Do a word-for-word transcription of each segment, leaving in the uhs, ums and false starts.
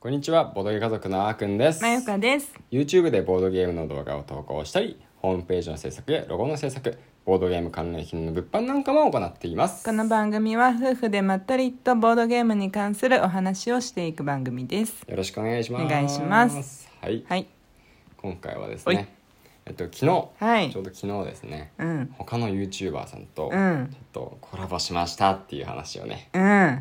こんにちは、ボードゲー家族のあーくんです。 まゆかです。 YouTube でボードゲームの動画を投稿したり、ホームページの制作やロゴの制作、ボードゲーム関連品の物販なんかも行っています。 この番組は夫婦でまったりとボードゲームに関するお話をしていく番組です。 よろしくお願いします。 お願いします。 はい、 はい、 今回はですね、えっと、昨日、 はい、 ちょうど昨日ですね、 うん、 他の YouTuber さんとちょうんっとコラボしましたっていう話をね、 うん、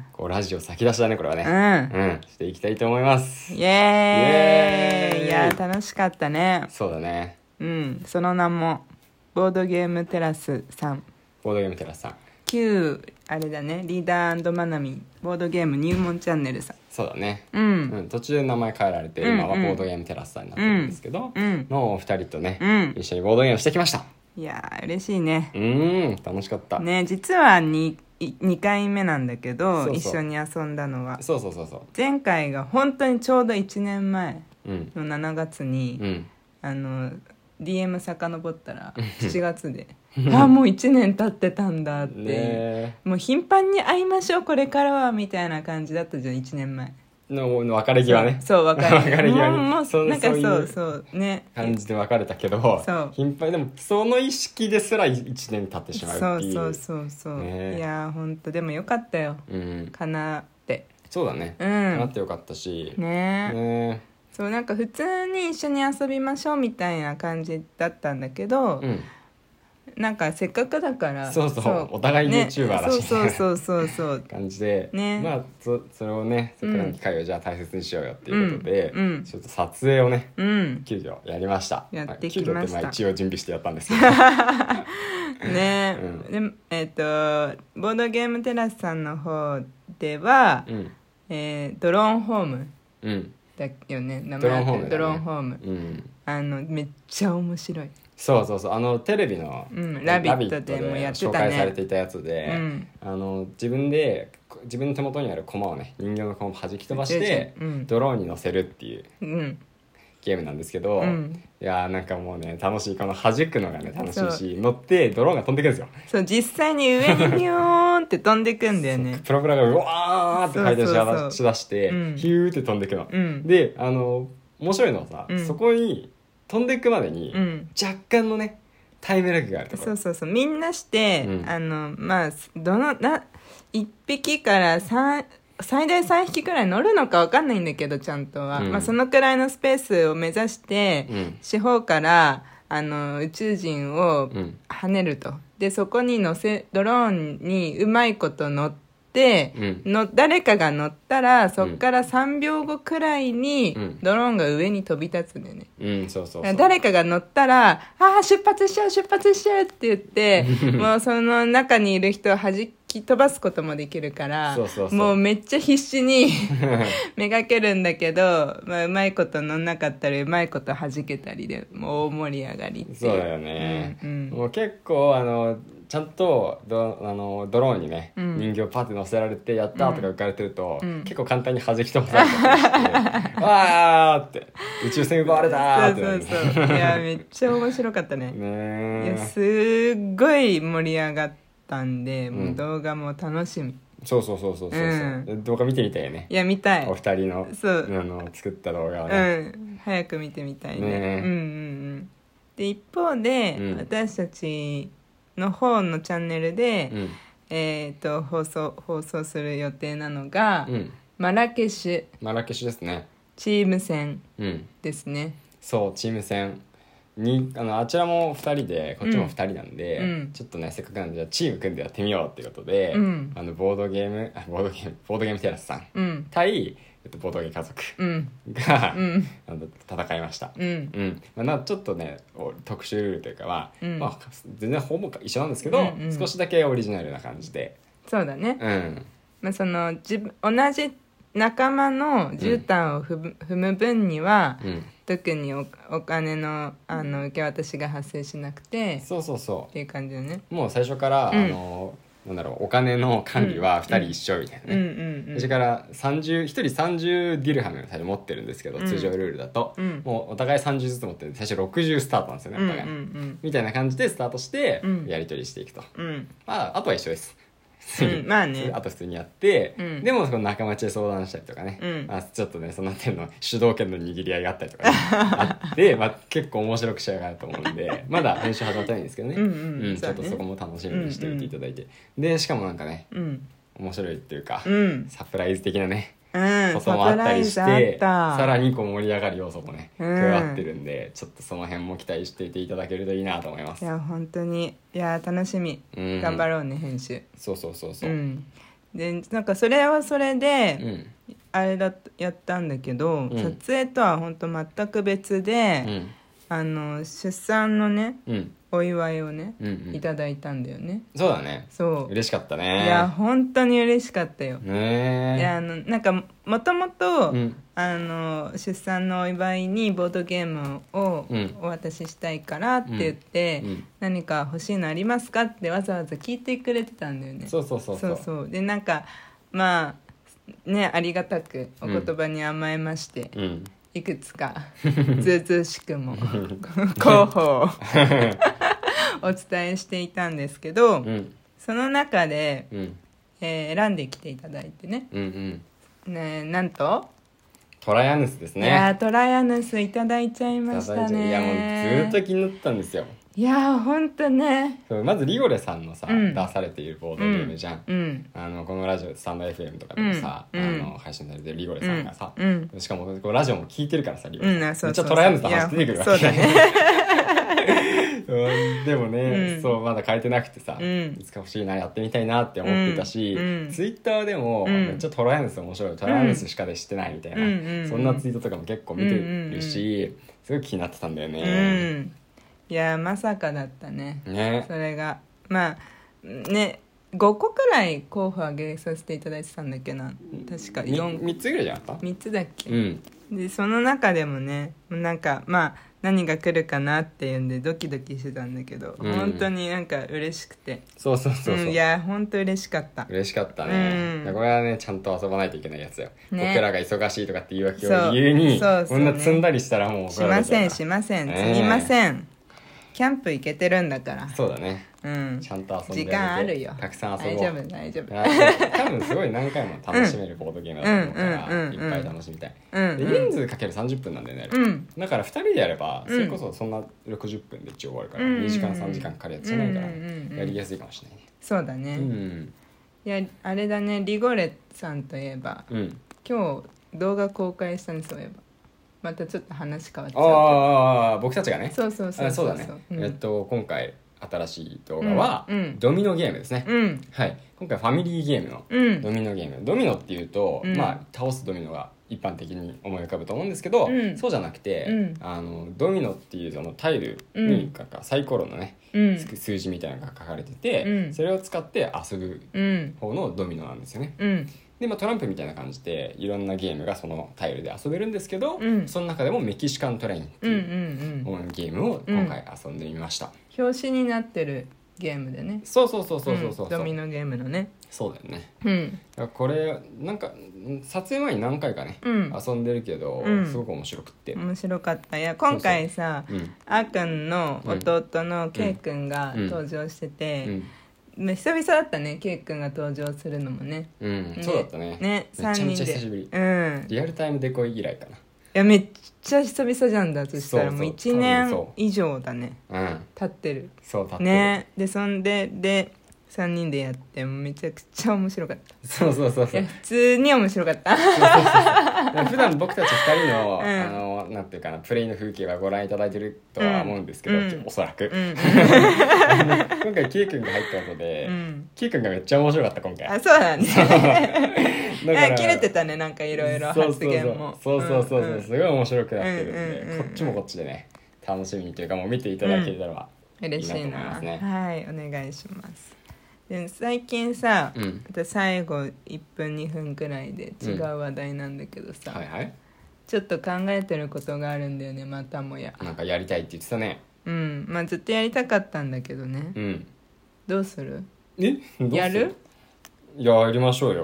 こうラジオ先出しだねこれはね、 うん、 うん、していきたいと思います。 イエーイ。 イエーイ。 いや楽しかったね。 そうだね。 うん、その名もボードゲームテラスさん。 ボードゲームテラスさん。 旧あれだね、リーダー&マナミボードゲーム入門チャンネルさん。 そうだね、 うんうん、途中名前変えられて、 うんうん、 今はボードゲームテラスさんになってるんですけど、 うん、 のお二人とね、 うん、 一緒にボードゲームしてきました。 いやー嬉しいね。 うーん楽しかったね。実は 2, 2回目なんだけど、 そうそう一緒に遊んだのはそうそうそうそう前回が本当にちょうどいちねんまえうんのしちがつに、 うん、 あの ディーエム 遡ったらしちがつであもういちねん経ってたんだって、 ね、 もう頻繁に会いましょうこれからはみたいな感じだったじゃん。いちねんまえのの別れ際ね。 そう別れ別れ際にもうもうそなんかそういうそうそうね感じで別れたけど、 そう頻繁にでもその意識ですらいちねん経ってしまうっていう。 そうそうそうそう、 ね、 いや本当でもよかったよ、 うん、 かなって。 そうだね、 うんなってよかったしねね。 そうなんか普通に一緒に遊びましょうみたいな感じだったんだけど、 うん、 なんかせっかくだからそうそうお互い YouTuber だし、ね、 そうそうそうそう感じで、 ね、 まあ そ, それをねせっかくの機会をじゃあ大切にしようよっていうことで、 うんうん、 ちょっと撮影をね、 うん、 急遽やりました。 やってきました。 急遽ってまあ一応準備してやったんですけどね、うん、でえっ、ー、とボードゲームテラスさんの方では、うん、えー、ドローンホーム、うんだよね、名前ドローンホーム、ね、ドローンホーム、うん、あのめっちゃ面白い。 そうそうそうあのテレビの、 うん、ラビットでもやってたね、 紹介されていたやつで、うん、あの自分で自分の手元にあるコマをね人形のコマを弾き飛ばして、うん、ドローンに乗せるっていう、うん、ゲームなんですけど、うん、いやなんかもうね楽しい。この弾くのがね楽しいし、乗ってドローンが飛んでくるんですよ。 そう実際に上にビューンって飛んでくんだよねプロペラがうわーって回転しだしだして、うん、ヒューって飛んでくの、うん、であの面白いのはさ、うん、そこに飛んでいくまでに、うん、若干のねタイムラグがあるところ。そうそうそうみんなして、うん、あのまあどのないっぴきからさん最大さんびきくらい乗るのか分かんないんだけどちゃんとは、うんまあ、そのくらいのスペースを目指して、うん、四方からあの宇宙人を跳ねると、うん、でそこに乗せドローンにうまいこと乗ってで、うん、の誰かが乗ったらそっからさんびょうごくらいにドローンが上に飛び立つんだよね、うん、そうそうそう誰かが乗ったらあー出発しちゃう出発しちゃうって言ってもうその中にいる人を弾き飛ばすこともできるからそうそうそうもうめっちゃ必死にめがけるんだけど、まあ、うまいこと乗んなかったりうまいこと弾けたりでもう大盛り上がりっていう。 そうだよね、うんうん、もう結構あのちゃんと ド, あのドローンにね、うん、人形パッて乗せられてやったとか浮かれてると、うん、結構簡単に弾き飛ばされたりしてわーって宇宙船奪われたーってそうそうそういやめっちゃ面白かったねねいやすっごい盛り上がったんで、うん、もう動画も楽しみ。 そうそうそうそうそう、うん、動画見てみたいよね。 いや見たい。 お二人のそうあの作った動画をね、 うん、早く見てみたいね。ねうんうんうんで一方で、うん、私たちの方のチャンネルで、うんえー、と放送放送する予定なのが、うん、マラケシュマラケシュですね。 チーム戦ですね、うん、 そうチーム戦に あのあちらもふたりでこっちもふたりなんで、うん、ちょっとねせっかくなんでじゃあチーム組んでやってみようっていうことで、うん、あのボードゲームボードゲームボードゲームテラスさん、うん、対えっと、ボードゲーム家族が、うん、あの戦いました、うんうんまあ、なちょっとね特殊ルールというかは、うんまあ、全然ほぼ一緒なんですけど、うんうん、少しだけオリジナルな感じで。 そうだね、うんまあ、その自分同じ仲間の絨毯を踏む、うん、踏む分には、うん、特に お, お金 の, あの受け渡しが発生しなくてそうそうそうっていう感じだね。 もう最初から、うん、あのなんだろうお金の管理はふたり一緒みたいなね、うんうんうん、それからさんじゅうひとりさんじゅうディルハム最初持ってるんですけど、うん、通常ルールだと、うん、もうお互いさんじゅうずつ持ってるんで最初ろくじゅうスタートなんですよねお互い、うんうんうん、みたいな感じでスタートしてやり取りしていくと、うんまあ、あとは一緒ですうん、まあねあと普通にやって、 うん、 でもその仲間内で相談したりとかね、 うん、 あちょっとねその点の主導権の握り合いがあったりとか、ね、あって、まあ、結構面白く仕上がると思うんでまだ練習始まってないんですけどね、うん、うんうん、ちょっとそこも楽しみにしておいていただいて、うんうん、でしかもなんかね、うん、面白いっていうか、うん、サプライズ的なねうん、 こともあったりしてさらにこう盛り上がる要素もね、うん、加わってるんでちょっとその辺も期待していていただけるといいなと思います。 いや本当にいや楽しみ、うん、頑張ろうね編集。 そうそうそうそう、うん、 でなんかそれはそれで、うん、あれだやったんだけど、うん、撮影とは本当全く別で、うん、あの出産のね、うん、お祝いをね、うんうん、いただいたんだよね。 そうだね。 そう嬉しかったね。 いや本当に嬉しかったよ。 ねいやあのなんかもともとあの出産のお祝いにボードゲームをお渡ししたいからって言って、うんうん、何か欲しいのありますかってわざわざ聞いてくれてたんだよね。 そうそうそうそう。 そうそうでなんかまあねありがたくお言葉に甘えまして。うんうんいくつかずうずうしくも候補をお伝えしていたんですけど、うん、その中で、うんえー、選んできていただいてね、うんうん、ねなんとトライアヌスですね。 いやトライアヌスいただいちゃいましたね。 いやもうずっと気になったんですよ。 いやほんとねまずリゴレさんのさ、うん、出されているボードゲームじゃん、うん、あのこのラジオスタンド エフエム とかでもさ、うん、あの配信されてるリゴレさんがさ、うん、しかもこうラジオも聞いてるからさリゴレさん、うん、めっちゃトライアヌスの話出てくるわけ。そうだねでもね、うん、そうまだ変えてなくてさ、うん、いつか欲しいなやってみたいなって思ってたし、うん、ツイッターでも、うん、めっちゃトライアヌス面白いトライアヌスしかでしてないみたいな、うん、そんなツイートとかも結構見てるし、すごい気になってたんだよね、 うんいやまさかだったね。ねそれがまあねごこくらい候補挙げさせていただいてたんだっけな確かみ, みっつぐらいじゃなかった ?みっ つだっけ、うん、でその中でもねなんかまあ何が来るかなっていうんでドキドキしてたんだけど、うん、本当になんか嬉しくてそうそうそうそう、うん、 いや本当嬉しかった嬉しかったね、うん、これはねちゃんと遊ばないといけないやつよ、ね、僕らが忙しいとかって言い訳を理由にそうそうそう、ね、こんな積んだりしたらもうしませんしません積みません、ねキャンプ行けてるんだからそうだね、うん、ちゃんと遊んで時間あるよたくさん遊ぼう大丈夫大丈夫多分すごい何回も楽しめるボードゲームだと思うから、うん、いっぱい楽しみたい、うん、で人数かけるさんじゅっぷんなんだよね、うん、だからふたりでやればそれこそそんなろくじゅっぷんで一応終わるから、うん、にじかんさんじかんかかるやつじゃないから、うん、やりやすいかもしれないね。 そうだね、うん、いやあれだねリゴレさんといえば、うん、今日動画公開したねそういえばまたちょっと話変わっちゃうああ僕たちがねそうそうそうそうだね、うん、えっと今回新しい動画は、うん、ドミノゲームですね、うん、はい今回ファミリーゲームのドミノゲーム、うん、ドミノっていうと、うん、まあ倒すドミノが一般的に思い浮かぶと思うんですけど、うん、そうじゃなくて、うん、あのドミノっていうそのタイルに、うん、サイコロのね、うん、数字みたいなのが書かれてて、うん、それを使って遊ぶ方のドミノなんですよね、うんでまあ、トランプみたいな感じでいろんなゲームがそのタイルで遊べるんですけど、うん、その中でもメキシカントレインっていうゲームを今回遊んでみました、 うん、表紙になってるゲームでねそうそうそうそうそうそう、 うん、ドミノゲームのねそうだよね、うん、これなんか撮影前に何回かね、うん、遊んでるけど、うん、すごく面白くって面白かったいや今回さそうそう、うん、あーくんの弟のケイくんが登場してて、うんうん久々だったねケイ君が登場するのもねうん、ね、そうだったねねめちゃめちゃ久しぶり、うん、リアルタイムデコイ以来かないやめっちゃ久々じゃんだとしたらもういちねん以上だね、うん、経ってるそう経ってるねでそんででさんにんでやってめちゃくちゃ面白かったそうそうそうそういや普通に面白かったそうそうそう普段僕たちふたりの、うん、あのなんていうかなプレイの風景はご覧いただいてるとは思うんですけど、うん、おそらく、うん、今回ケイ君が入ったことで、うん、ケイ君がめっちゃ面白かった今回あそうなんですねだから切れてたねなんかいろいろ発言もそうそうそうそう、うんうん、すごい面白くなってるんで、うんうん、こっちもこっちでね楽しみにというかもう見ていただけたらいいなと思いますね、 嬉しいなはいお願いしますで最近さ、うん、最後いっぷんにふんくらいで違う話題なんだけどさ、うんはいはい、ちょっと考えてることがあるんだよねまたもやなんかやりたいって言ってたねうんまあずっとやりたかったんだけどね、うん、どうするえどうするやるいややりましょうよ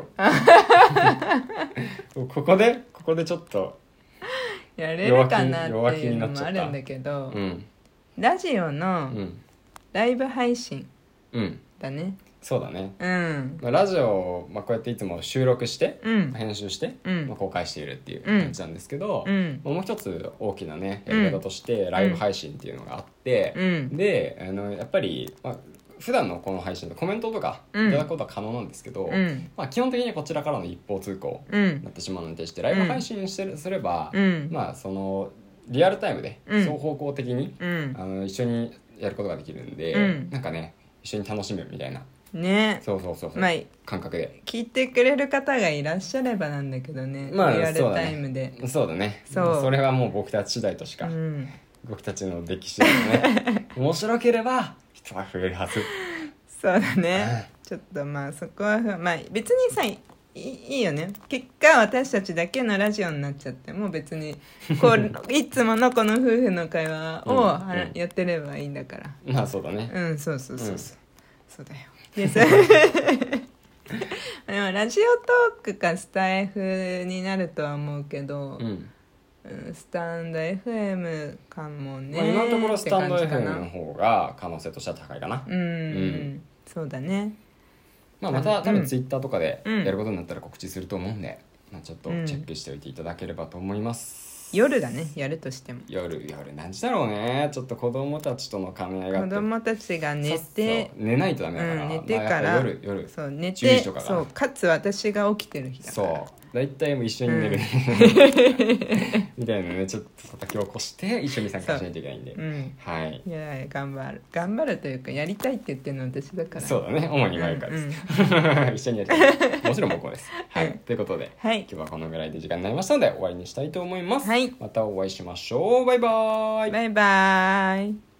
ここでここでちょっとやれるかなっていうのもあるんだけど、うん、ラジオのライブ配信だね、 そうだね、 うんまあ、ラジオを、まあ、こうやっていつも収録して、 うん、 編集して、 うんまあ、公開しているっていう感じなんですけど、 うんまあ、もう一つ大きなねやり方としてライブ配信っていうのがあって、 うん、 であのやっぱり、まあ、普段のこの配信でコメントとかいただくことは可能なんですけど、 うんまあ、基本的にこちらからの一方通行になってしまうのに対してライブ配信してすれば、うん、まあそのリアルタイムで双方向的に、うん、あの一緒にやることができるんで、うん、なんかね一緒に楽しむみたいなね、 そうそうそうそう、 まあ、 感覚で聞いてくれる方がいらっしゃればなんだけどね、まあ、リアルタイムでそうだね、そうだね、そうそれはもう僕たち次第としか、うん、僕たちの出来次第でね面白ければ人は増えるはずそうだねちょっとまあそこは、まあ、別にさいいいよね、結果私たちだけのラジオになっちゃっても別にこういつものこの夫婦の会話を、うんうん、やってればいいんだから、 まあそうだね、 うんそうそうそうそう、うん、そうだよでそでもラジオトークかスタイフになるとは思うけど、うんうん、スタンド エフエム かもね、 まあ、今のところスタンド エフエム の方が可能性としては高いかな。 うん、うん、そうだね、 まあ、また多分ツイッターとかでやることになったら告知すると思うんで、うんまあ、ちょっとチェックしておいていただければと思います、 うん、夜だねやるとしても夜夜何時だろうね、ちょっと子供たちとの兼ね合いがあって子供たちが寝て寝ないとダメだから、 うん、寝てから、まあ、 夜夜そう寝てそうかつ私が起きてる日だからそう大体もう一緒に寝る、うん、みたいなねちょっと叩き起こして一緒に参加しないといけないんで、うん、はいいや頑張る頑張るというかやりたいって言ってるのは私だからそうだね主にマユカです、うんうん、一緒にやりたいもちろん僕もです、はい、ということで、はい、今日はこのぐらいで時間になりましたので終わりにしたいと思います、はい、またお会いしましょう、バイバーイバイバーイ。